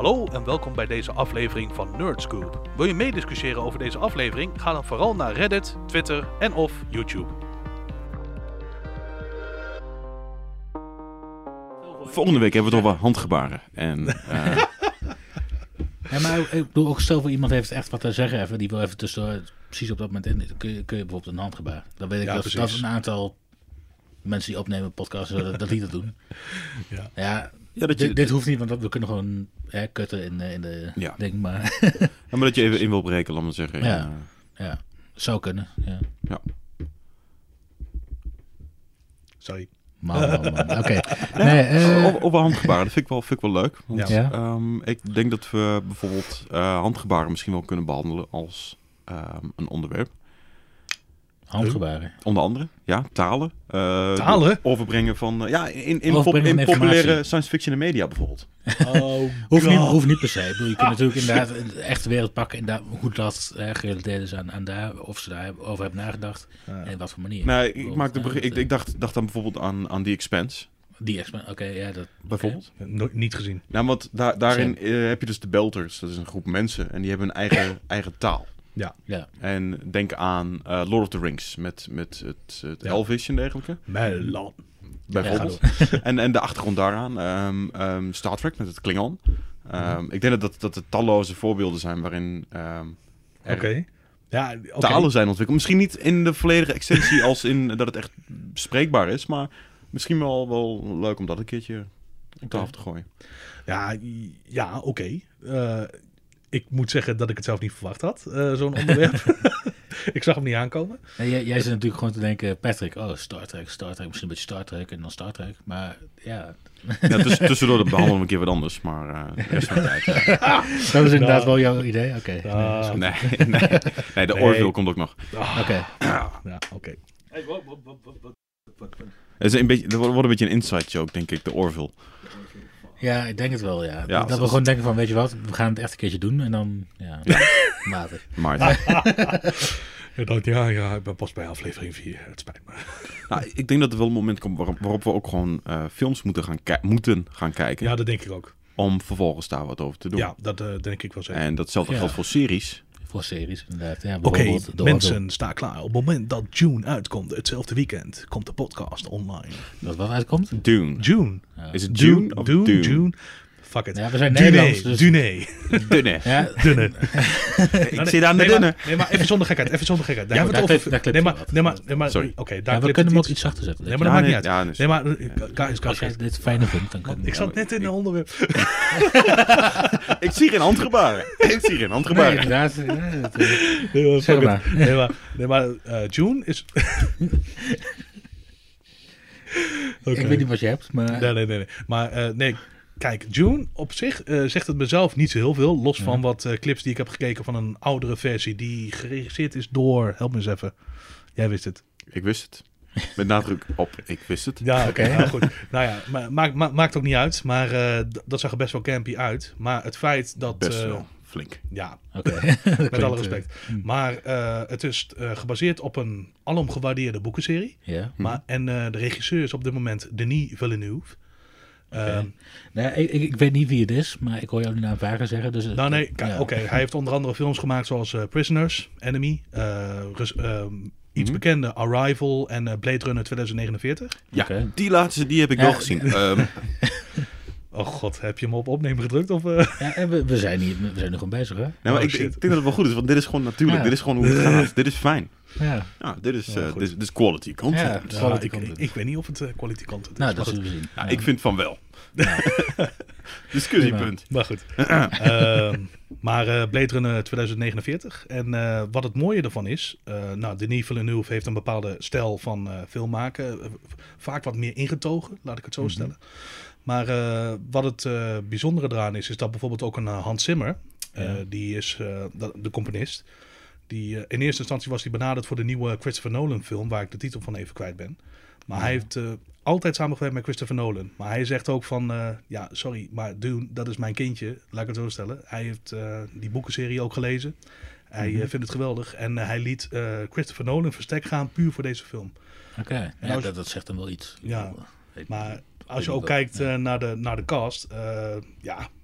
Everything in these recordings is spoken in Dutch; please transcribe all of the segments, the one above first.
Hallo en welkom bij deze aflevering van Nerdscoop. Wil je meediscussiëren over deze aflevering? Ga dan vooral naar Reddit, Twitter en of YouTube. Volgende week hebben we het over handgebaren. En, Ja, maar ik bedoel, ook stel voor iemand heeft echt wat te zeggen, even, die wil even tussendoor precies op dat moment in. Kun je bijvoorbeeld een handgebaar. Dan weet ik dat een aantal mensen die opnemen podcasts dat niet te doen. Dit hoeft niet, want we kunnen gewoon kutten in de ding. Maar maar dat je even in wil breken, laat maar zeggen. Ja, zou kunnen. Ja. Sorry. Man. Oké. Over handgebaren, dat vind ik wel leuk. Want, ik denk dat we bijvoorbeeld handgebaren misschien wel kunnen behandelen als een onderwerp. Handgebaren? Onder andere, ja, talen. Talen? Overbrengen van, in populaire science fiction en media bijvoorbeeld. Hoeft niet per se. Ik bedoel, je kunt natuurlijk inderdaad de echte wereld pakken en hoe dat gerelateerd is aan daar, of ze daarover hebben nagedacht en wat voor manier. Nee, ik dacht dan bijvoorbeeld aan The Expanse. Die Expanse, oké. Dat bijvoorbeeld. Niet gezien. Nou, want daarin heb je dus de Belters. Dat is een groep mensen en die hebben een eigen taal. Ja. En denk aan Lord of the Rings met het Elvish en dergelijke. Melon. Bijvoorbeeld. En de achtergrond daaraan. Star Trek met het Klingon. Ik denk dat er talloze voorbeelden zijn waarin talen zijn ontwikkeld. Misschien niet in de volledige extensie als in dat het echt spreekbaar is. Maar misschien wel leuk om dat een keertje op tafel te gooien. Oké. Ik moet zeggen dat ik het zelf niet verwacht had, zo'n onderwerp. Ik zag hem niet aankomen. Jij zit natuurlijk gewoon te denken, Patrick, Star Trek, misschien een beetje Star Trek en dan Star Trek. Maar ja... Tussendoor behandelen we een keer wat anders, maar de rest van de tijd... Dat is inderdaad wel jouw idee? Oké. Nee, de Orville komt ook nog. Oké. Oké. Er wordt een beetje een inside joke, denk ik, de Orville. Ja, ik denk het wel, ja. Dat we gewoon denken van, weet je wat, we gaan het echt een keertje doen en dan, matig. Ik ben pas bij aflevering 4, het spijt me. Nou, ik denk dat er wel een moment komt waarop we ook gewoon films moeten gaan kijken. Ja, dat denk ik ook. Om vervolgens daar wat over te doen. Ja, dat denk ik wel zeker. En datzelfde geldt voor series. Voor series, inderdaad. Ja, Oké, mensen, sta klaar. Op het moment dat June uitkomt, hetzelfde weekend, komt de podcast online. Dat wat uitkomt? June. Ja. Is het June of Dune? Fuck it. Ja, we zijn Nederlands. Dus... Dunne. Ja. Dunne. Ik zit aan de dunne. Nee, maar even zonder gekheid. Nee, maar sorry. Oké, we kunnen hem ook iets zachter zetten. Nee, maar dat maakt niet uit. Ja, nee, maar als jij dit fijner vindt, dan kan ik zat net in een onderwerp. Ik zie geen handgebaren. Nee, inderdaad. Nee, maar June is... Ik weet niet wat je hebt, maar... Nee. Maar kijk, June op zich zegt het mezelf niet zo heel veel. Los van wat clips die ik heb gekeken van een oudere versie die geregisseerd is door... Help me eens even. Jij wist het. Ik wist het. Met nadruk op, ik wist het. Ja, oké. Nou goed. Nou ja, maakt ook niet uit. Maar dat zag er best wel campy uit. Maar het feit dat... Best wel flink. Ja, okay. Met alle respect. Maar het is gebaseerd op een alom gewaardeerde boekenserie. Ja. En de regisseur is op dit moment Denis Villeneuve. Ik weet niet wie het is, maar ik hoor jou nu naam vaker zeggen. Dus Hij heeft onder andere films gemaakt zoals Prisoners, Enemy, iets bekende Arrival en Blade Runner 2049. Ja, die laatste die heb ik wel gezien. Oh god, heb je hem op opnemen gedrukt? Of, Ja, we zijn er gewoon bezig, hè? Nou, maar ik denk dat het wel goed is, want dit is gewoon natuurlijk. Ja. Dit is gewoon hoe het gaat. Dit is fijn. Ja. Dit is quality content. Ja, ik weet niet of het quality content is. Nou, dat zullen we zien. Ja, ik vind van wel. Discussiepunt. Maar goed. Maar Blade Runner 2049. En wat het mooie ervan is... Denis Villeneuve heeft een bepaalde stijl van film maken. Vaak wat meer ingetogen, laat ik het zo stellen. Maar wat het bijzondere eraan is dat bijvoorbeeld ook een Hans Zimmer... die is de componist... in eerste instantie was hij benaderd voor de nieuwe Christopher Nolan film... waar ik de titel van even kwijt ben. Maar hij heeft altijd samengewerkt met Christopher Nolan. Maar hij zegt ook van... sorry, maar Dune, dat is mijn kindje. Laat ik het zo stellen. Hij heeft die boekenserie ook gelezen. Hij vindt het geweldig. En hij liet Christopher Nolan verstek gaan puur voor deze film. Oké, dat zegt hem wel iets. Ja, maar als je ook kijkt naar de cast...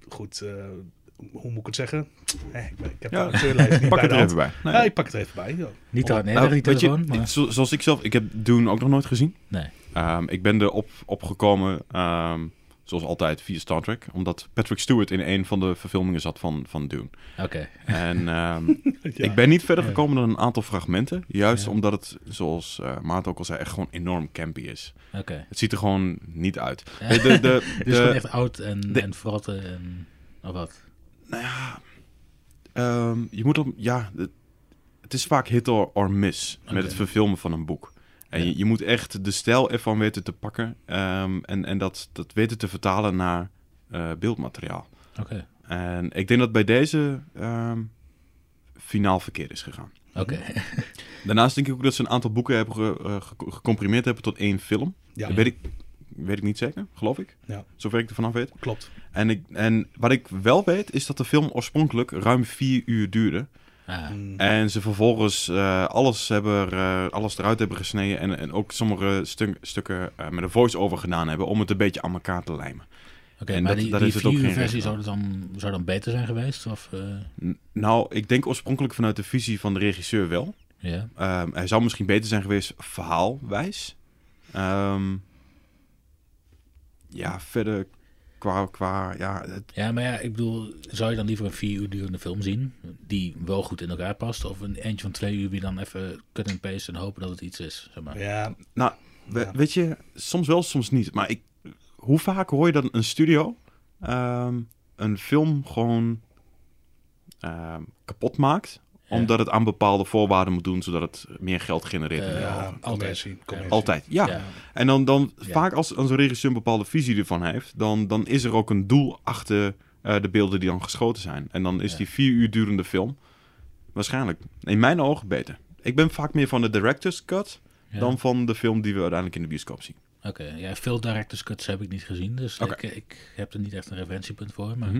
goed, hoe moet ik het zeggen? Ik heb de auteurlijst niet pak bij het er even bij. Nee. Ja, ik pak het er even bij. Ja. Niet te hard neer, die telefoon. Maar... Zoals ik zelf, ik heb Dune ook nog nooit gezien. Nee. Ik ben er opgekomen, zoals altijd, via Star Trek. Omdat Patrick Stewart in een van de verfilmingen zat van Dune. Oké. En ik ben niet verder gekomen dan een aantal fragmenten. Juist omdat het, zoals Maarten ook al zei, echt gewoon enorm campy is. Oké. Het ziet er gewoon niet uit. Ja. Het is gewoon echt oud en verrotten en... Of wat? Nou ja, je moet het is vaak hit or miss met het verfilmen van een boek. En je moet echt de stijl ervan weten te pakken en dat weten te vertalen naar beeldmateriaal. Oké. En ik denk dat bij deze finaal verkeerd is gegaan. Oké. Daarnaast denk ik ook dat ze een aantal boeken hebben gecomprimeerd hebben tot 1 film. Ja. Dat weet ik niet zeker, geloof ik. Ja. Zover ik ervan af weet. Klopt. En wat ik wel weet, is dat de film oorspronkelijk ruim 4 uur duurde. En ze vervolgens alles eruit hebben gesneden en ook sommige stukken met een voice-over gedaan hebben om het een beetje aan elkaar te lijmen. Oké, maar die 4 uur versie zou dan beter zijn geweest? Of, Nou, ik denk oorspronkelijk vanuit de visie van de regisseur wel. Ja. Hij zou misschien beter zijn geweest verhaalwijs. Verder qua Ja, maar ja, ik bedoel, zou je dan liever een 4 uur durende film zien die wel goed in elkaar past, of een eentje van 2 uur die dan even cut en paste en hopen dat het iets is, zeg maar. Ja. Nou, weet je, soms wel, soms niet. Maar hoe vaak hoor je dan een studio een film gewoon kapot maakt, omdat het aan bepaalde voorwaarden moet doen, zodat het meer geld genereert. Commercie. Altijd, ja. En dan vaak als zo'n regisseur een bepaalde visie ervan heeft, dan is er ook een doel achter de beelden die dan geschoten zijn. En dan is die 4 uur durende film waarschijnlijk, in mijn ogen, beter. Ik ben vaak meer van de director's cut dan van de film die we uiteindelijk in de bioscoop zien. Oké, veel director's cuts heb ik niet gezien, dus ik heb er niet echt een referentiepunt voor. Maar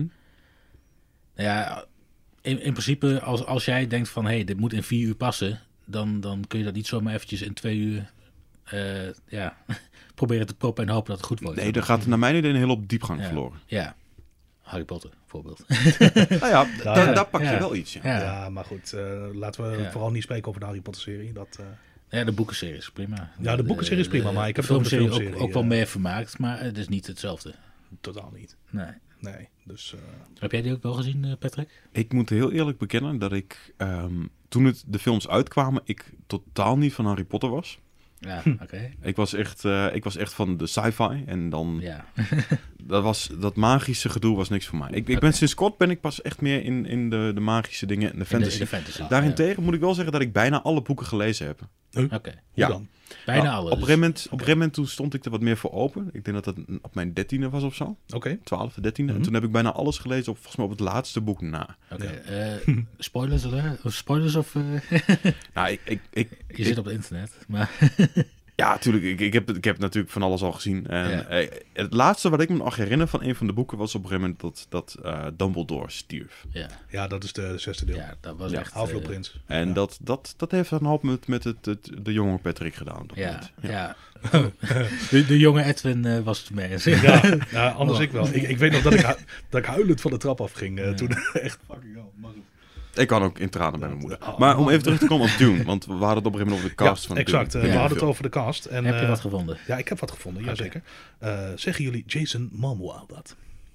in principe, als jij denkt van, dit moet in 4 uur passen, dan kun je dat niet zomaar eventjes in 2 uur proberen te proppen en hopen dat het goed wordt. Nee, er gaat naar mijn idee een hele hoop diepgang verloren. Ja, Harry Potter, bijvoorbeeld. Daar pak je wel iets. Ja, maar goed, laten we vooral niet spreken over de Harry Potter-serie. Ja, de boekenserie is prima. Ja, de boekenserie is prima, maar ik heb de filmserie ook wel meer vermaakt, maar het is niet hetzelfde. Totaal niet. Nee, dus... Heb jij die ook wel gezien, Patrick? Ik moet heel eerlijk bekennen dat ik, toen de films uitkwamen, ik totaal niet van Harry Potter was. Ja, oké. Ik was echt van de sci-fi en dan... Ja. dat magische gedoe was niks voor mij. Ik ben sinds kort ben ik pas echt meer in de magische dingen en de fantasy. Daarentegen moet ik wel zeggen dat ik bijna alle boeken gelezen heb. Oké. Ja. Dan? Bijna alle. Op een gegeven moment toen stond ik er wat meer voor open. Ik denk dat dat op mijn 13e was of zo. Oké. 12e, 13e. En toen heb ik bijna alles gelezen volgens mij op het laatste boek na. Oké. Spoilers alert? Spoilers of... Nou, je zit op het internet, maar... Ja, natuurlijk. Ik heb natuurlijk van alles al gezien. En het laatste wat ik me nog herinner van een van de boeken was op een gegeven moment dat Dumbledore stierf. Ja, dat is de 6e deel. Ja, dat was echt... Half-Bloedprins. En dat heeft een hoop met de jonge Patrick gedaan. Ja. De jonge Edwin was het mee eens. Ja, anders ik wel. Ik weet nog dat ik huilend van de trap afging. Toen echt fucking hell. Maar goed. Ik kan ook in tranen bij mijn moeder. Maar om even terug te komen op Dune, want we hadden het op een gegeven moment over de cast van Dune. Exact, we hadden het over de cast. En, heb je wat gevonden? Ja, ik heb wat gevonden, jazeker. Zeggen jullie Jason Momoa dat?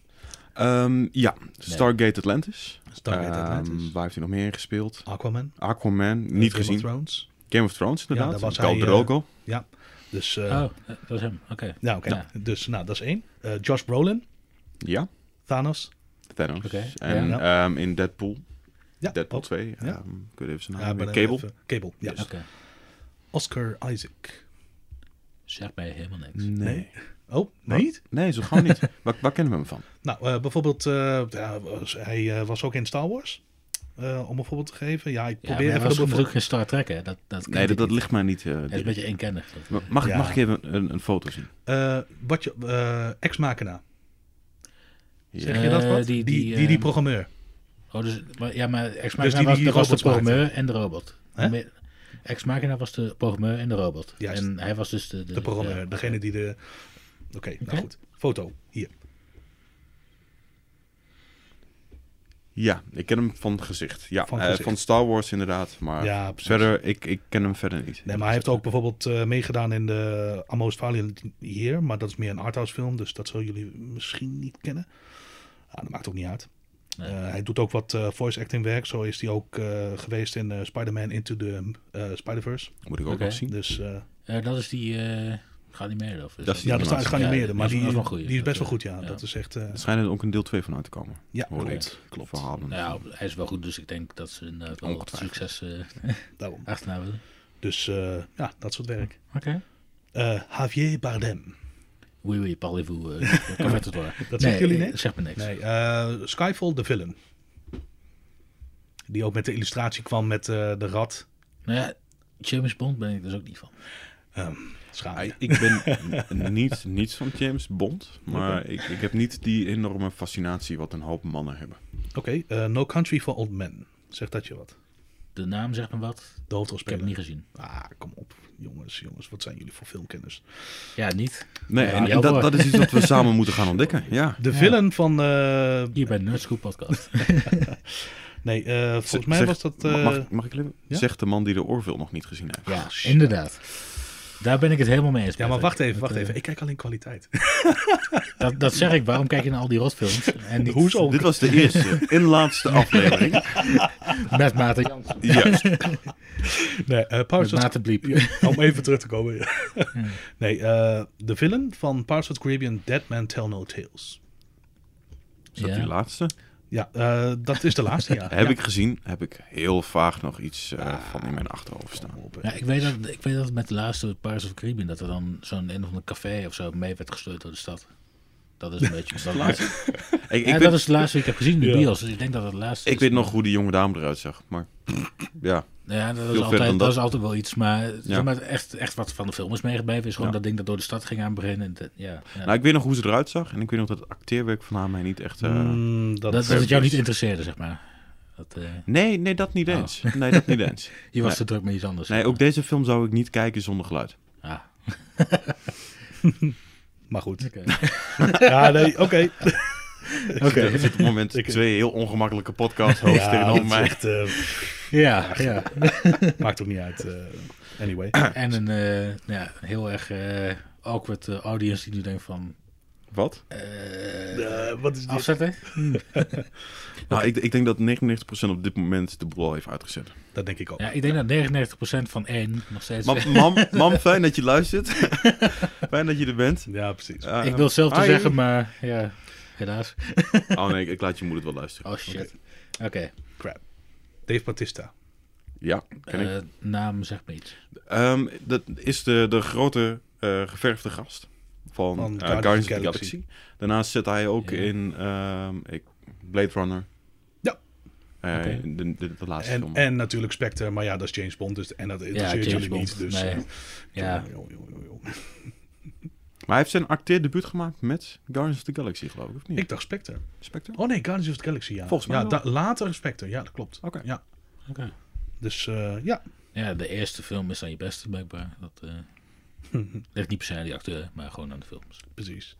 Stargate Atlantis. Waar heeft hij nog meer in gespeeld? Aquaman, niet gezien. Game of Thrones, inderdaad. Ja, daar was Khal Drogo. Ja, dus... dat was hem, oké. Ja, oké. Dus, dat is 1. Josh Brolin. Ja. Thanos. Okay. En in Deadpool. Ja, Deadpool 2. Kun je even zijn naam Cable, ja. Yes. Okay. Oscar Isaac. Zeg mij helemaal niks. Nee. Oh, niet? Nee, zo gewoon niet. Waar kennen we hem van? Nou, bijvoorbeeld, hij was ook in Star Wars. Om een voorbeeld te geven. Ja, ik probeer even... Hij was ook geen Star Trek, hè? Dat ligt mij niet. Hij is een beetje eenkennig. Mag ik even een foto zien? Ex Machina. Zeg je dat wat? Die programmeur. Maar Ex Machina was de programmeur en de robot. Ex Machina was de programmeur en de robot. Juist. En hij was dus de programmeur. Degene die de... Oké, nou goed. Foto, hier. Ja, ik ken hem van gezicht. Ja, Van gezicht. Van Star Wars inderdaad. Maar Ja, precies. verder, ik ken hem verder niet. Nee, maar hij heeft ook bijvoorbeeld meegedaan in de A Most Valiant Year. Maar dat is meer een arthouse film, dus dat zullen jullie misschien niet kennen. Dat maakt ook niet uit. Nee. Hij doet ook wat voice acting werk. Zo is hij ook geweest in Spider-Man Into the Spider-Verse. Moet ik ook nog zien. Dus, dat is die geanimeerde? Of is Dat is ja, dat is geanimeerde, maar die is best wel goed. Ja. Ja. Dat is echt... Er schijnt ook een deel 2 van uit te komen. ja, Hoor klopt. Verhalen. Nou ja, hij is wel goed, dus ik denk dat ze wel wat succes Daarom. achterna willen. Dus dat soort werk. Oké. Javier Bardem. Oui, parlez-vous. Dat zeggen jullie niks? Zeg me niks. Nee, Skyfall, de villain. Die ook met de illustratie kwam met de rat. Nou ja, James Bond ben ik dus ook niet van. Schade. Ik ben niets van James Bond, maar ik heb niet die enorme fascinatie wat een hoop mannen hebben. Oké, No Country for Old Men. Zegt dat je wat? De naam zegt me wat. De Ik heb hoofdrolspeler. hem niet gezien. Kom op. Jongens, wat zijn jullie voor filmkenners? Ja, niet. Nee, Ja, en jou voor. dat is iets wat we samen moeten gaan ontdekken. Ja. De villain van... Hier bij Nerd Scoop Podcast. nee, volgens mij was dat... mag ik even? Ja? Zegt de man die de Orville nog niet gezien heeft. Ja, inderdaad. Daar ben ik het helemaal mee eens. Ja, maar Patrick. wacht even. Ik kijk alleen kwaliteit. Dat zeg ik. Waarom kijk je naar al die rotfilms? En niet Hoezo? Dit was de eerste en laatste aflevering. met Maarten Jansen. Juist. Nee, Met Pirates of... Maarten Bliep. Om even terug te komen. Nee, de villain van Pirates of the Caribbean, Dead Man Tell No Tales. Is dat Ja. die laatste? Ja, dat is de laatste, ja. Heb ik gezien, heb ik heel vaag nog iets van in mijn achterhoofd staan. Ja, ik weet dat met de laatste Pirates of the Caribbean dat er dan zo'n een of ander café of zo mee werd gesleurd door de stad. Dat is een beetje... dat is de laatste die ik heb gezien in de bios. Dus ik denk dat het de laatste Ik is. weet nog hoe die jonge dame eruit zag, maar ja. Ja, Veel verder dan dat is dat. altijd wel iets. Maar Ja. zeg maar echt wat van de film is meegebleven is gewoon Ja. dat ding dat door de stad ging aanbrengen. Ja. Nou, ik weet nog hoe ze eruit zag en ik weet nog dat het acteerwerk van haar mij niet echt... Dat het jou niet interesseerde, zeg maar. Dat, Nee, dat niet eens. Nee, dat niet eens. je was Nee. te druk met iets anders. Nee, ook deze film zou ik niet kijken zonder geluid. Ah, Maar goed. oké. Ja, nee, oké. Er zit op het moment twee heel ongemakkelijke podcast hosts tegenover mij. Echt, Ja. maakt ook niet uit. Anyway. En een heel erg awkward audience die nu denkt van... Wat? Wat is dit? Afzetten? Nou, ik denk dat 99% op dit moment de boel al heeft uitgezet. Dat denk ik ook. Ja, ik denk dat 99% van 1 nog steeds... Mam, fijn dat je luistert. Fijn dat je er bent. Ja, precies. ik wil het zelf te hi. zeggen, maar ja, helaas. Oh nee, ik laat je moeder wel luisteren. Oh shit. Oké. Crap. Dave Bautista. Ja, ken ik. Naam zegt me iets. Dat is de grote geverfde gast van Guardians of the Galaxy. Daarnaast zit hij ook in Blade Runner. Ja. Oké. De laatste film. En natuurlijk Spectre, maar ja, dat is James Bond. Dus, en dat interesseert James jullie Bond. niet. Dus, Nee. Ja. joh. Maar hij heeft zijn acteerdebuut gemaakt met Guardians of the Galaxy, geloof ik, of niet? Ik dacht Spectre. Spectre? Oh nee, Guardians of the Galaxy, ja. Volgens mij ja, wel. later Spectre, ja, dat klopt. Oké. Ja. Oké. Dus ja. Ja, de eerste film is dan je beste, blijkbaar. Dat ligt niet per se aan die acteur, maar gewoon aan de films. Precies.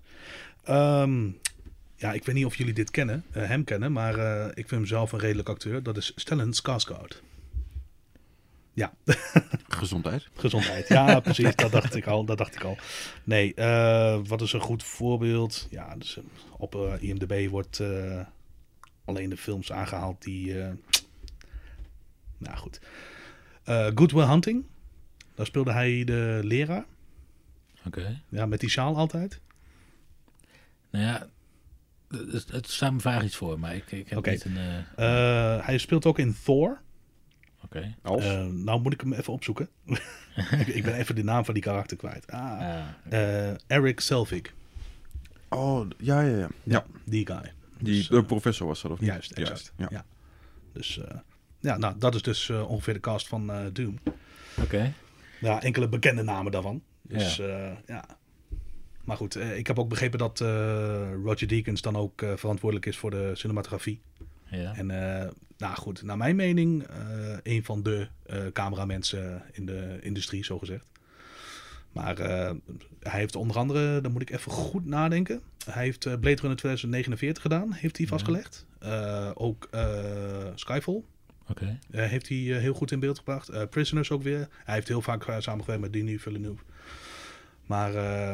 Ja, ik weet niet of jullie dit kennen, hem kennen, maar ik vind hem zelf een redelijk acteur. Dat is Stellan Skarsgård. Ja. Gezondheid. Gezondheid. Ja, precies. Dat dacht ik al. Nee, wat is een goed voorbeeld? Ja, dus op IMDb wordt alleen de films aangehaald die... nou goed. Good Will Hunting. Daar speelde hij de leraar. Oké. Ja, met die sjaal altijd. Nou ja, het staat me vaag iets voor, maar ik heb Oké. niet een... Hij speelt ook in Thor. Oké. Nou moet ik hem even opzoeken. ik ben even de naam van die karakter kwijt. Eric Selvig. Oh, ja. Ja, die guy. Die Dus, professor was dat, of niet? Juist, exact. Ja. Ja. Dus nou, dat is dus ongeveer de cast van Doom. Oké. Ja, enkele bekende namen daarvan. Dus ja. Maar goed, ik heb ook begrepen dat Roger Deakins dan ook verantwoordelijk is voor de cinematografie. Ja. En nou goed, naar mijn mening een van de cameramensen in de industrie, zogezegd. Maar hij heeft onder andere, dan moet ik even goed nadenken. Hij heeft Blade Runner 2049 gedaan, heeft hij vastgelegd. Ook Skyfall. Oké. Heeft hij heel goed in beeld gebracht. Prisoners ook weer. Hij heeft heel vaak samengewerkt met Denis Villeneuve. Maar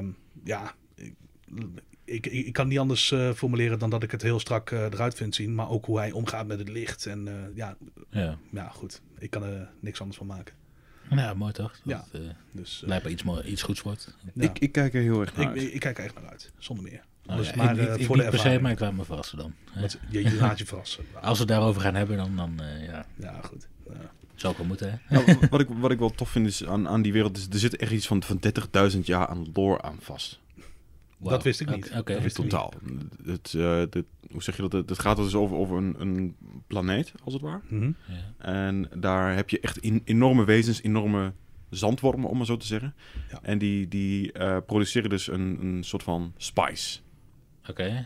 ik kan niet anders formuleren dan dat ik het heel strak eruit vind zien. Maar ook hoe hij omgaat met het licht. En goed. Ik kan er niks anders van maken. Ja, mooi toch? Dat, dus, lijkt me iets goeds wordt. Ja. Ik kijk er heel erg naar uit. Ik kijk er echt naar uit, zonder meer. Dus maar voor de ervaring. Maar ik laat me verrassen dan. Je laat je verrassen. Als we het daarover gaan hebben, dan ja. Ja, goed. Zou ik wel moeten, hè? Nou, wat ik wel tof vind is aan die wereld, is er zit echt iets van 30.000 jaar aan lore aan vast. Wow. Dat wist ik niet. Okay. Totaal. Hoe zeg je dat? Het gaat dus over een planeet, als het ware. Mm-hmm. Ja. En daar heb je echt enorme wezens, enorme zandwormen, om maar zo te zeggen. Ja. En die produceren dus een soort van spice. Oké.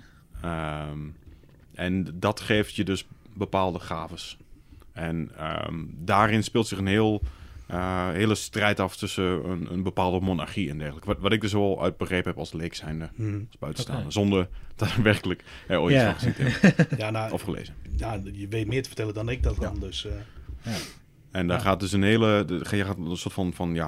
En dat geeft je dus bepaalde gaves. En daarin speelt zich een hele strijd af tussen een bepaalde monarchie en dergelijke. Wat ik dus wel uit begrepen heb als leek zijnde, als buitenstaander. Zonder dat er werkelijk ooit iets van gezien te hebben. Of gelezen. Ja, je weet meer te vertellen dan ik dat kan. Dus, En daar gaat dus je gaat een soort van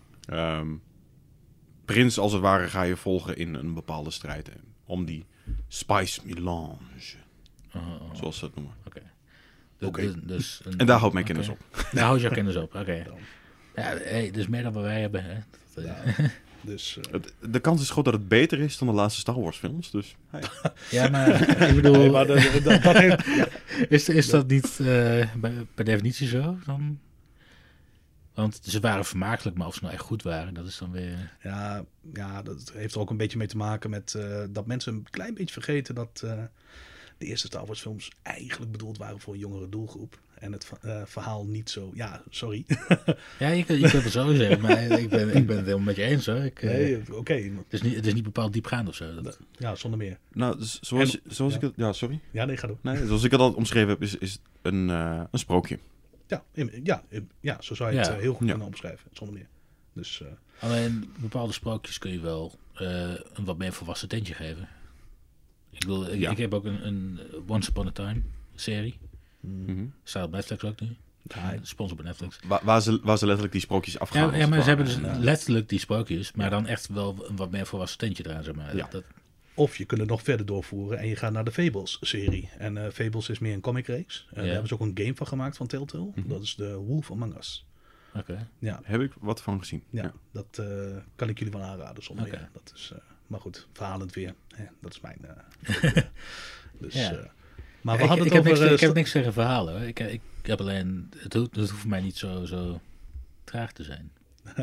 prins als het ware ga je volgen in een bepaalde strijd. Om die spice melange. Zoals ze het noemen. Dus en daar houdt mijn kennis op. Daar houdt jouw kennis op, oké. Ja, dus meer dan wat wij hebben, hè? Dus, de kans is groot dat het beter is dan de laatste Star Wars films, dus... Hey. Ja, maar ik bedoel... Nee, maar dat heeft, is dat niet per definitie zo dan? Want ze waren vermakelijk, maar of ze nou echt goed waren, dat is dan weer... Ja, dat heeft er ook een beetje mee te maken met dat mensen een klein beetje vergeten dat... de eerste Star Wars films eigenlijk bedoeld waren voor een jongere doelgroep. En het verhaal niet zo... Ja, sorry. Ja, je kunt het zo zeggen, maar ik ben het helemaal met je eens, hoor. Oké. Het is niet bepaald diepgaand of zo. Ja, zonder meer. Nou, zoals ik het... Ja, sorry. Ja, nee, ga door. Nee, zoals ik het al omschreven heb, is het een sprookje. Ja, zo zou je het heel goed kunnen omschrijven. Zonder meer. Dus, alleen bepaalde sprookjes kun je wel een wat meer volwassen tintje geven. Ik bedoel, ik heb ook een Once Upon a Time serie. Mm-hmm. Staat op Netflix ook nu. Ja, sponsor bij Netflix. Waar ze letterlijk die sprookjes afgaan. Ja, maar ze hebben dus letterlijk die sprookjes, maar dan echt wel een wat meer volwassen tintje eraan, zeg maar. Ja. Of je kunt het nog verder doorvoeren en je gaat naar de Fables-serie. En Fables is meer een comic-reeks. Daar hebben ze ook een game van gemaakt van Telltale. Mm-hmm. Dat is de Wolf Among Us. Oké. Ja. Heb ik wat van gezien. Ja. Dat kan ik jullie wel aanraden zonder meer. Dat is... maar goed, verhalend weer. Dat is mijn... dus, maar we hadden het over... Ik heb niks tegen verhalen. Hoor. Ik heb alleen... Het hoeft voor mij niet zo traag te zijn.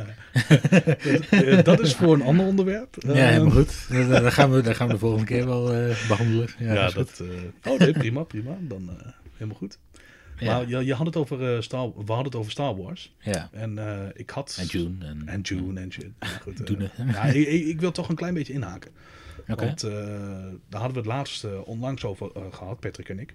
Dat is voor een ander onderwerp. Ja, helemaal goed. Dat gaan we de volgende keer wel behandelen. Ja, dat... nee, prima. Dan helemaal goed. Ja. Maar je had het over we hadden het over Star Wars. Ja. En ik had... En June. En shit. Ja, goed, ja, ik wil toch een klein beetje inhaken. Okay. Want daar hadden we het laatst onlangs over gehad, Patrick en ik.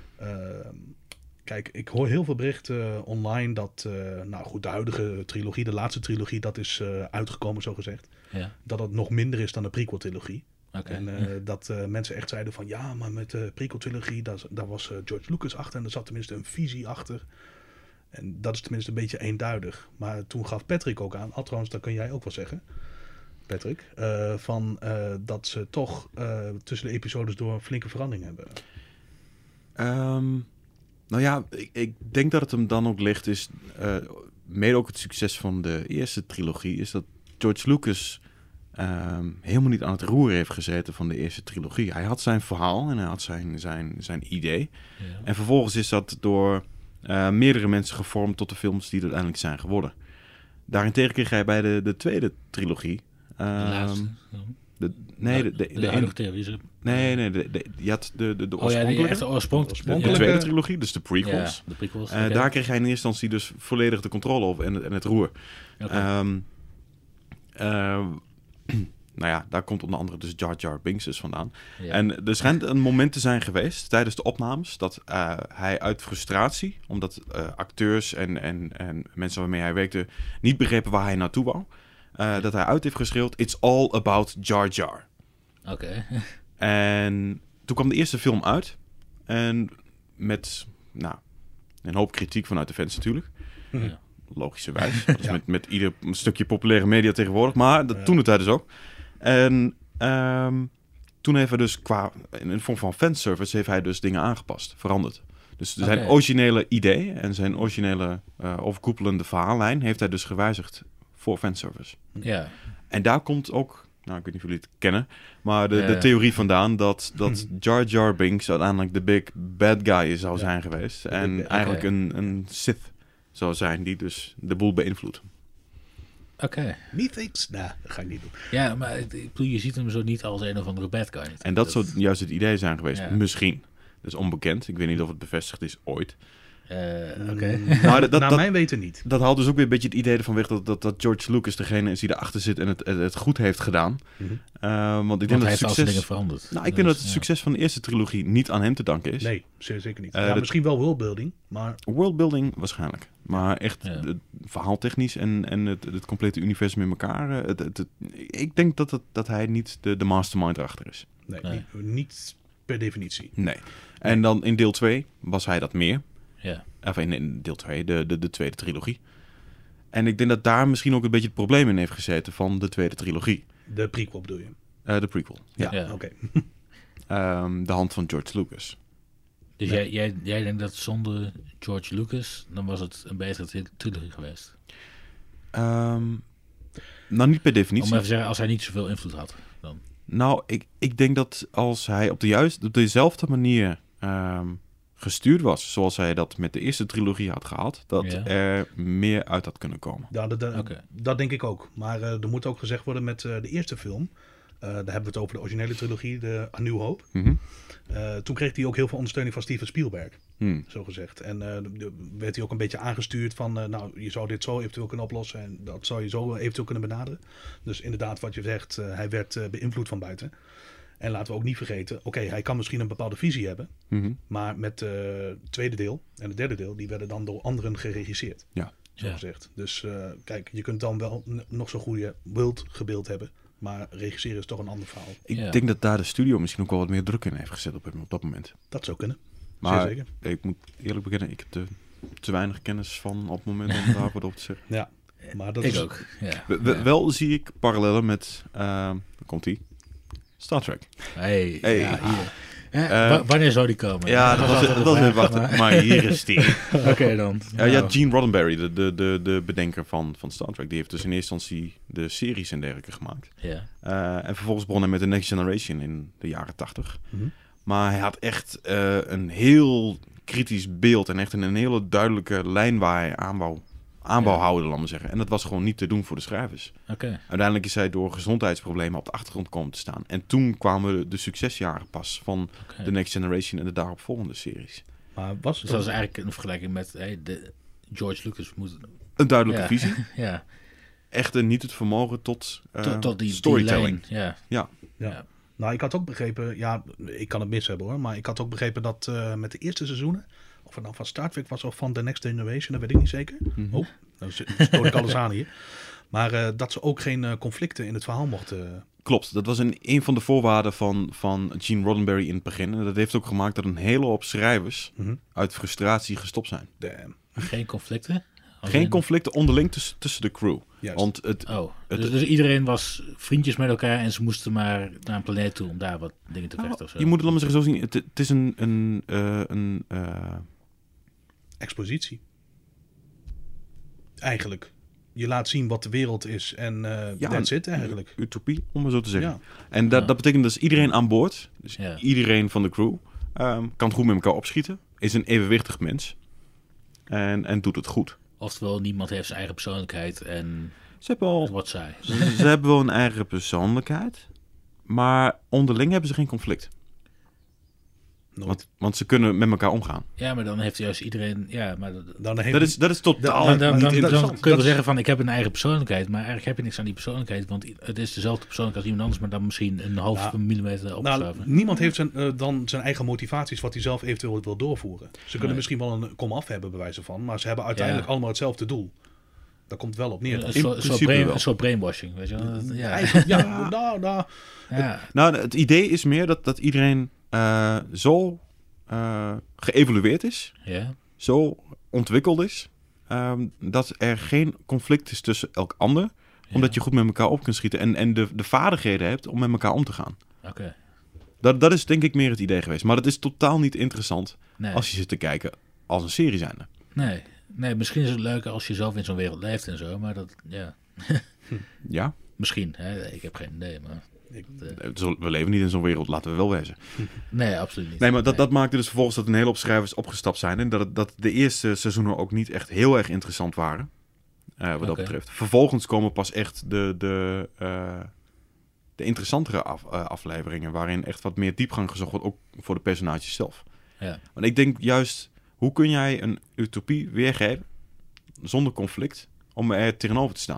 Kijk, ik hoor heel veel berichten online dat... de huidige trilogie, de laatste trilogie, dat is uitgekomen, zo gezegd. Ja. Dat het nog minder is dan de prequel-trilogie. Okay. En dat mensen echt zeiden van... Ja, maar met de prequel-trilogie, daar was George Lucas achter... en er zat tenminste een visie achter. En dat is tenminste een beetje eenduidig. Maar toen gaf Patrick ook aan... Trouwens, dat kun jij ook wel zeggen, Patrick... dat ze toch tussen de episodes door een flinke verandering hebben. Nou ja, ik denk dat het hem dan ook ligt... is mede ook het succes van de eerste trilogie... is dat George Lucas... helemaal niet aan het roer heeft gezeten van de eerste trilogie. Hij had zijn verhaal en hij had zijn idee. Ja. En vervolgens is dat door meerdere mensen gevormd tot de films die er uiteindelijk zijn geworden. Daarentegen kreeg hij bij de tweede trilogie... de laatste? De huidige theorie. Nee, je had de oorspronkelijke. De tweede trilogie, dus de prequels. Ja, de prequels. Daar kreeg hij in eerste instantie dus volledig de controle over en het roer. Okay. Nou ja, daar komt onder andere dus Jar Jar Binks dus vandaan. Ja. En er schijnt een moment te zijn geweest tijdens de opnames... dat hij uit frustratie, omdat acteurs en mensen waarmee hij werkte... niet begrepen waar hij naartoe wou... dat hij uit heeft geschreeuwd... It's all about Jar Jar. Oké. En toen kwam de eerste film uit. En met een hoop kritiek vanuit de fans natuurlijk. Ja. Logischerwijs. Dat is met ieder stukje populaire media tegenwoordig. Maar toen de tijd dus ook. En toen heeft hij dus in de vorm van fanservice... heeft hij dus dingen aangepast, veranderd. Dus zijn originele idee en zijn originele overkoepelende verhaallijn... heeft hij dus gewijzigd voor fanservice. Ja. En daar komt ook... Nou, ik weet niet of jullie het kennen... maar de theorie vandaan dat Jar Jar Binks... uiteindelijk de big bad guy zou zijn geweest. En eigenlijk een Sith zou zijn... die dus de boel beïnvloedt. Oké. Methinks? Nou, dat ga ik niet doen. Ja, maar je ziet hem zo niet als een of andere bad guy. En dat zou juist het idee zijn geweest. Misschien. Dat is onbekend. Ik weet niet of het bevestigd is ooit. Oké. Naar mijn weten niet. Dat haalt dus ook weer een beetje het idee ervan weg... dat George Lucas degene is die erachter zit... en het goed heeft gedaan. Mm-hmm. Want ik denk dat het succes... dingen veranderd. Nou, ik denk dat het succes van de eerste trilogie... niet aan hem te danken is. Nee, zeker niet. Misschien wel worldbuilding, maar... Worldbuilding waarschijnlijk. Maar echt verhaaltechnisch... en het complete universum in elkaar... ik denk dat hij niet de mastermind erachter is. Nee. Niet per definitie. Nee. En dan in deel 2 was hij dat meer... Ja. Of in deel 2, de tweede trilogie. En ik denk dat daar misschien ook een beetje het probleem in heeft gezeten van de tweede trilogie. De prequel bedoel je? De prequel, ja. Oké. De hand van George Lucas. Dus jij denkt dat zonder George Lucas, dan was het een betere trilogie geweest? Nou, niet per definitie. Om even te zeggen, als hij niet zoveel invloed had, dan... Nou, ik denk dat als hij op dezelfde manier... gestuurd was, zoals hij dat met de eerste trilogie had gehad, dat er meer uit had kunnen komen. Ja, dat denk ik ook. Maar er moet ook gezegd worden met de eerste film, daar hebben we het over de originele trilogie, de A New Hope. Mm-hmm. Toen kreeg hij ook heel veel ondersteuning van Steven Spielberg, zo gezegd. En werd hij ook een beetje aangestuurd van, nou, je zou dit zo eventueel kunnen oplossen en dat zou je zo eventueel kunnen benaderen. Dus inderdaad, wat je zegt, hij werd beïnvloed van buiten. En laten we ook niet vergeten, hij kan misschien een bepaalde visie hebben. Mm-hmm. Maar met het tweede deel en het derde deel, die werden dan door anderen geregisseerd. Ja. Zo gezegd. Dus kijk, je kunt dan wel nog zo'n goede beeld hebben. Maar regisseren is toch een ander verhaal. Ik denk dat daar de studio misschien ook wel wat meer druk in heeft gezet op dat moment. Dat zou kunnen. Maar zeker. Ik moet eerlijk bekennen, ik heb te weinig kennis van op het moment om daar wat op te zeggen. Ja, maar dat ik is ook. Ja. Wel zie ik parallellen met, komt-ie, Star Trek. Hey. Ja, hier. Wanneer zou die komen? Ja, dat was even wachten. Maar hier is die. Oké dan. Ja, Gene Roddenberry, de bedenker van Star Trek, die heeft dus in eerste instantie de series en dergelijke gemaakt. Ja. En vervolgens begon hij met The Next Generation in de jaren 80. Mm-hmm. Maar hij had echt een heel kritisch beeld en echt een hele duidelijke lijn waar hij aanbouw houden, laat maar zeggen. En dat was gewoon niet te doen voor de schrijvers. Uiteindelijk is hij door gezondheidsproblemen op de achtergrond komen te staan. En toen kwamen de succesjaren pas van The Next Generation en de daaropvolgende series. Maar dus dat is eigenlijk een vergelijking met de George Lucas moet... Een duidelijke visie. Ja. Echter niet het vermogen tot die storytelling. Die ja. Nou, ik had ook begrepen, ik kan het mis hebben hoor, maar ik had ook begrepen dat met de eerste seizoenen, of het nou van Star Trek was of van The Next Generation, dat weet ik niet zeker. Mm-hmm. Nou stoot ik alles aan hier. Maar dat ze ook geen conflicten in het verhaal mochten... Klopt, dat was een van de voorwaarden van Gene Roddenberry in het begin. En dat heeft ook gemaakt dat een hele hoop schrijvers uit frustratie gestopt zijn. Damn. Geen conflicten? Geen conflicten onderling tussen de crew. Juist. Want dus iedereen was vriendjes met elkaar en ze moesten maar naar een planeet toe om daar wat dingen te vechten of zo. Je moet het, laat maar zeggen, zo zien. Het is een expositie. Eigenlijk. Je laat zien wat de wereld is en that's it eigenlijk. Utopie, om maar zo te zeggen. Ja. En dat betekent dus iedereen aan boord, dus iedereen van de crew, kan goed met elkaar opschieten, is een evenwichtig mens en doet het goed. Oftewel, niemand heeft zijn eigen persoonlijkheid en wat saai. Ze hebben wel een eigen persoonlijkheid, maar onderling hebben ze geen conflict. Want ze kunnen met elkaar omgaan. Ja, maar dan heeft juist iedereen... Ja, maar dat is totaal niet interessant. Dan kun je wel zeggen van, ik heb een eigen persoonlijkheid, maar eigenlijk heb je niks aan die persoonlijkheid, want het is dezelfde persoonlijkheid als iemand anders, maar dan misschien een half millimeter opgeschoven. Niemand heeft dan zijn eigen motivaties wat hij zelf eventueel wil doorvoeren. Ze kunnen misschien wel een komaf hebben, bij wijze van, maar ze hebben uiteindelijk allemaal hetzelfde doel. Daar komt het wel op neer. Een soort brainwashing, weet je wel. Nou, het idee is meer dat iedereen zo geëvolueerd is, zo ontwikkeld is, dat er geen conflict is tussen elk ander, omdat je goed met elkaar op kunt schieten en de vaardigheden hebt om met elkaar om te gaan. Oké. Dat is denk ik meer het idee geweest. Maar dat is totaal niet interessant als je zit te kijken als een serie zijnde. Nee, misschien is het leuker als je zelf in zo'n wereld leeft en zo, maar dat, Ja? Misschien, hè? Ik heb geen idee, maar... We leven niet in zo'n wereld, laten we wel wezen. Nee, absoluut niet. Nee, maar dat maakte dus vervolgens dat een hele hoop schrijvers opgestapt zijn en dat de eerste seizoenen ook niet echt heel erg interessant waren, wat dat betreft. Vervolgens komen pas echt de interessantere afleveringen, waarin echt wat meer diepgang gezocht wordt, ook voor de personages zelf. Ja. Want ik denk juist, hoe kun jij een utopie weergeven zonder conflict om er tegenover te staan?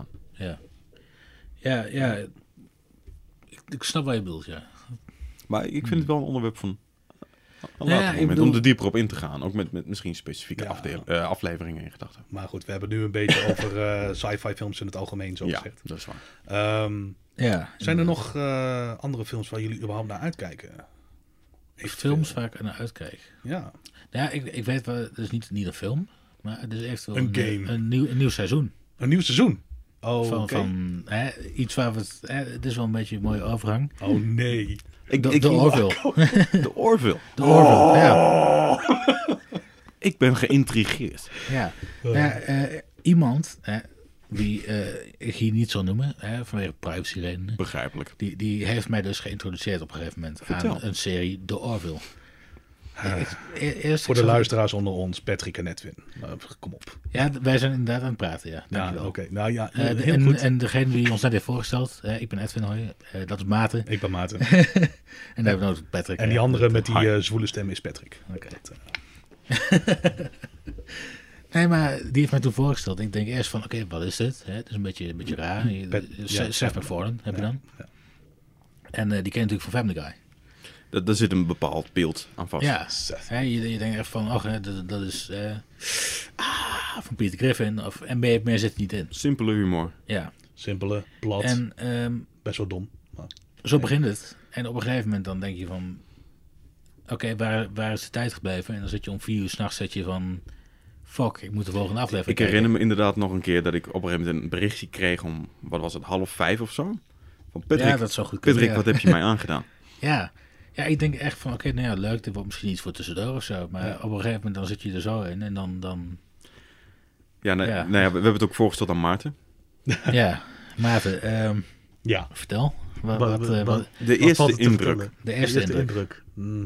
Ja. Ik snap wat je bedoelt, ja. Maar ik vind het wel een onderwerp van een later moment om er dieper op in te gaan. Ook met misschien specifieke afleveringen in gedachten. Maar goed, we hebben nu een beetje over sci-fi films in het algemeen, zo gezegd. Dat is waar. Zijn er nog andere films waar jullie überhaupt naar uitkijken? Films waar ik naar uitkijk? Ja. Ja, ik weet wel, het is niet een film, maar het is eventueel een game. Een nieuw seizoen. Een nieuw seizoen? Van iets waar we het is wel een beetje een mooie overgang. Oh nee. De Orville. De Orville. De Orville, ja. Ik ben geïntrigeerd. Iemand die ik hier niet zal noemen, vanwege privacyredenen. Begrijpelijk. Die heeft mij dus geïntroduceerd op een gegeven moment aan een serie, The Orville. Voor de luisteraars onder ons, Patrick en Edwin. Kom op. Ja, wij zijn inderdaad aan het praten, ja. Oké. Nou ja, heel goed. En degene die ons net heeft voorgesteld, ik ben Edwin Hooy, dat is Maarten. Ik ben Maarten. En dan hebben we nog Patrick. En die andere met die zwoele stem is Patrick. Oké. Nee, maar die heeft mij toen voorgesteld. Ik denk eerst van, oké, wat is dit? Het is een beetje raar. Seth MacFarlane heb je dan. Ja. En die ken je natuurlijk van Family Guy. Daar zit een bepaald beeld aan vast. Ja, je denkt echt van, dat is van Peter Griffin. En meer zit er niet in. Simpele humor. Ja. Simpele, plat. En best wel dom. Maar... Zo begint het. En op een gegeven moment dan denk je van, oké, waar is de tijd gebleven? En dan zit je om 4 uur 's nachts zit je van, fuck, ik moet de volgende aflevering Ik herinner me inderdaad nog een keer dat ik op een gegeven moment een berichtje kreeg om, wat was het, 4:30 of zo? Van Patrick, ja, dat zou goed kunnen. Patrick, wat heb je mij aangedaan? Ja, ik denk echt van, oké, nou ja, leuk, dit wordt misschien iets voor tussendoor of zo. Maar op een gegeven moment dan zit je er zo in en dan... Ja, we hebben het ook voorgesteld aan Maarten. Ja, Maarten, vertel. De eerste indruk. De eerste indruk.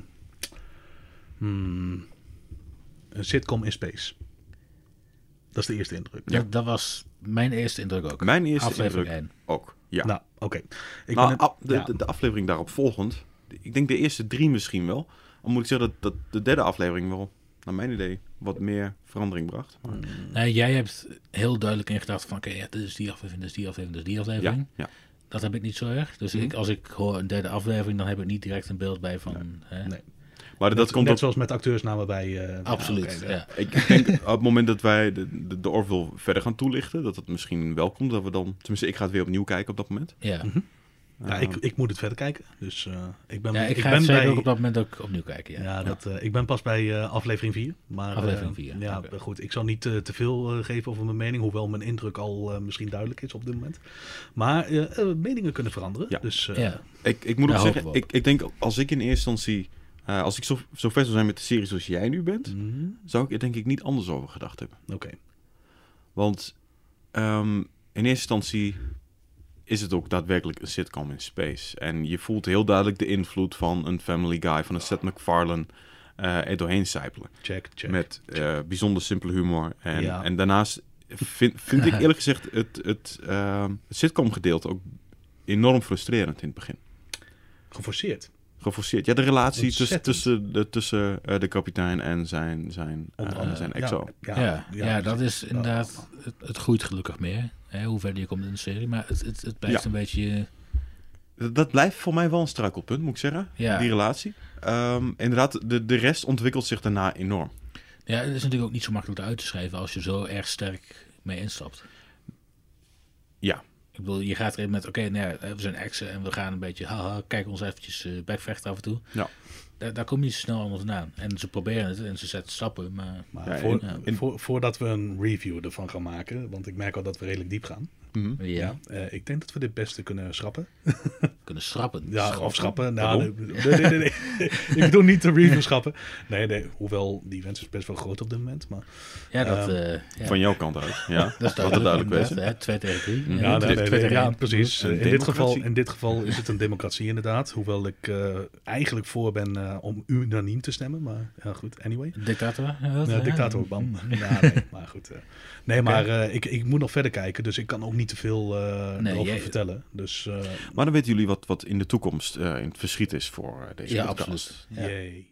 Een sitcom in space. Dat is de eerste indruk. Ja. Dat was mijn eerste indruk ook. Mijn eerste aflevering indruk 1. ook, ja. Nou, oké. De aflevering daarop volgend, ik denk de eerste 3 misschien wel. Dan moet ik zeggen dat de derde aflevering wel, naar mijn idee, wat meer verandering bracht. Maar... Nee, jij hebt heel duidelijk ingedacht van, oké, dit is die aflevering, dit is die aflevering, dit is die aflevering. Ja. Dat heb ik niet zo erg. Dus als ik hoor een derde aflevering, dan heb ik niet direct een beeld bij van... Nee. Maar dat komt net zoals met acteursnamen bij... Absoluut, ja. Ik denk op het moment dat wij de Orville verder gaan toelichten, dat het misschien wel komt dat we dan... Tenminste, ik ga het weer opnieuw kijken op dat moment. Ja. Ja, ik moet het verder kijken. Dus ik ben het zeker ook op dat moment ook opnieuw kijken. Ja. Ik ben pas bij aflevering 4. Maar, aflevering 4, ja. Okay. Goed, ik zal niet te veel geven over mijn mening, hoewel mijn indruk al misschien duidelijk is op dit moment. Maar meningen kunnen veranderen. Ja. Dus, ik moet ook zeggen, ik denk als ik in eerste instantie... als ik zo ver zou zijn met de serie zoals jij nu bent, zou ik er denk ik niet anders over gedacht hebben. Oké. Want in eerste instantie is het ook daadwerkelijk een sitcom in space. En je voelt heel duidelijk de invloed van een Family Guy, van een Seth MacFarlane er doorheen sijpelen. Check. Met bijzonder simpele humor. En daarnaast vind ik eerlijk gezegd het sitcom gedeelte ook enorm frustrerend in het begin. Geforceerd. Ja, de relatie tussen de kapitein en zijn exo. Ja, dat is inderdaad... Het groeit gelukkig meer. Hoe verder je komt in de serie. Maar het blijft een beetje... Dat blijft voor mij wel een struikelpunt, moet ik zeggen. Ja. Die relatie. Inderdaad, de rest ontwikkelt zich daarna enorm. Ja, het is natuurlijk ook niet zo makkelijk uit te schrijven als je zo erg sterk mee instapt. Ja. Ik bedoel, je gaat erin met, we zijn exen en we gaan een beetje, kijk ons eventjes bekvechten af en toe. Ja. Daar kom je niet zo snel anders vandaan. En ze proberen het en ze zetten stappen. Maar voordat we een review ervan gaan maken, want ik merk al dat we redelijk diep gaan. Mm-hmm. Ja. Ik denk dat we dit beste kunnen schrappen. Kunnen schrappen? Ja, of schrappen. Nou, nee. Ik bedoel niet de review schrappen. Nee. Hoewel die wens is best wel groot op dit moment. Maar, van jouw kant uit. Ja, dat is duidelijk wezen. 2 tegen 3. Ja, precies. In dit geval is het een democratie inderdaad. Hoewel ik eigenlijk voor ben om unaniem te stemmen. Maar ja, goed, anyway. Dictator? Dictator, bam. Maar goed. Ik moet nog verder kijken. Dus ik kan ook niet te veel over vertellen. Dus, maar dan weten jullie wat in de toekomst in het verschiet is voor deze podcast. Absoluut. Ja. Yay.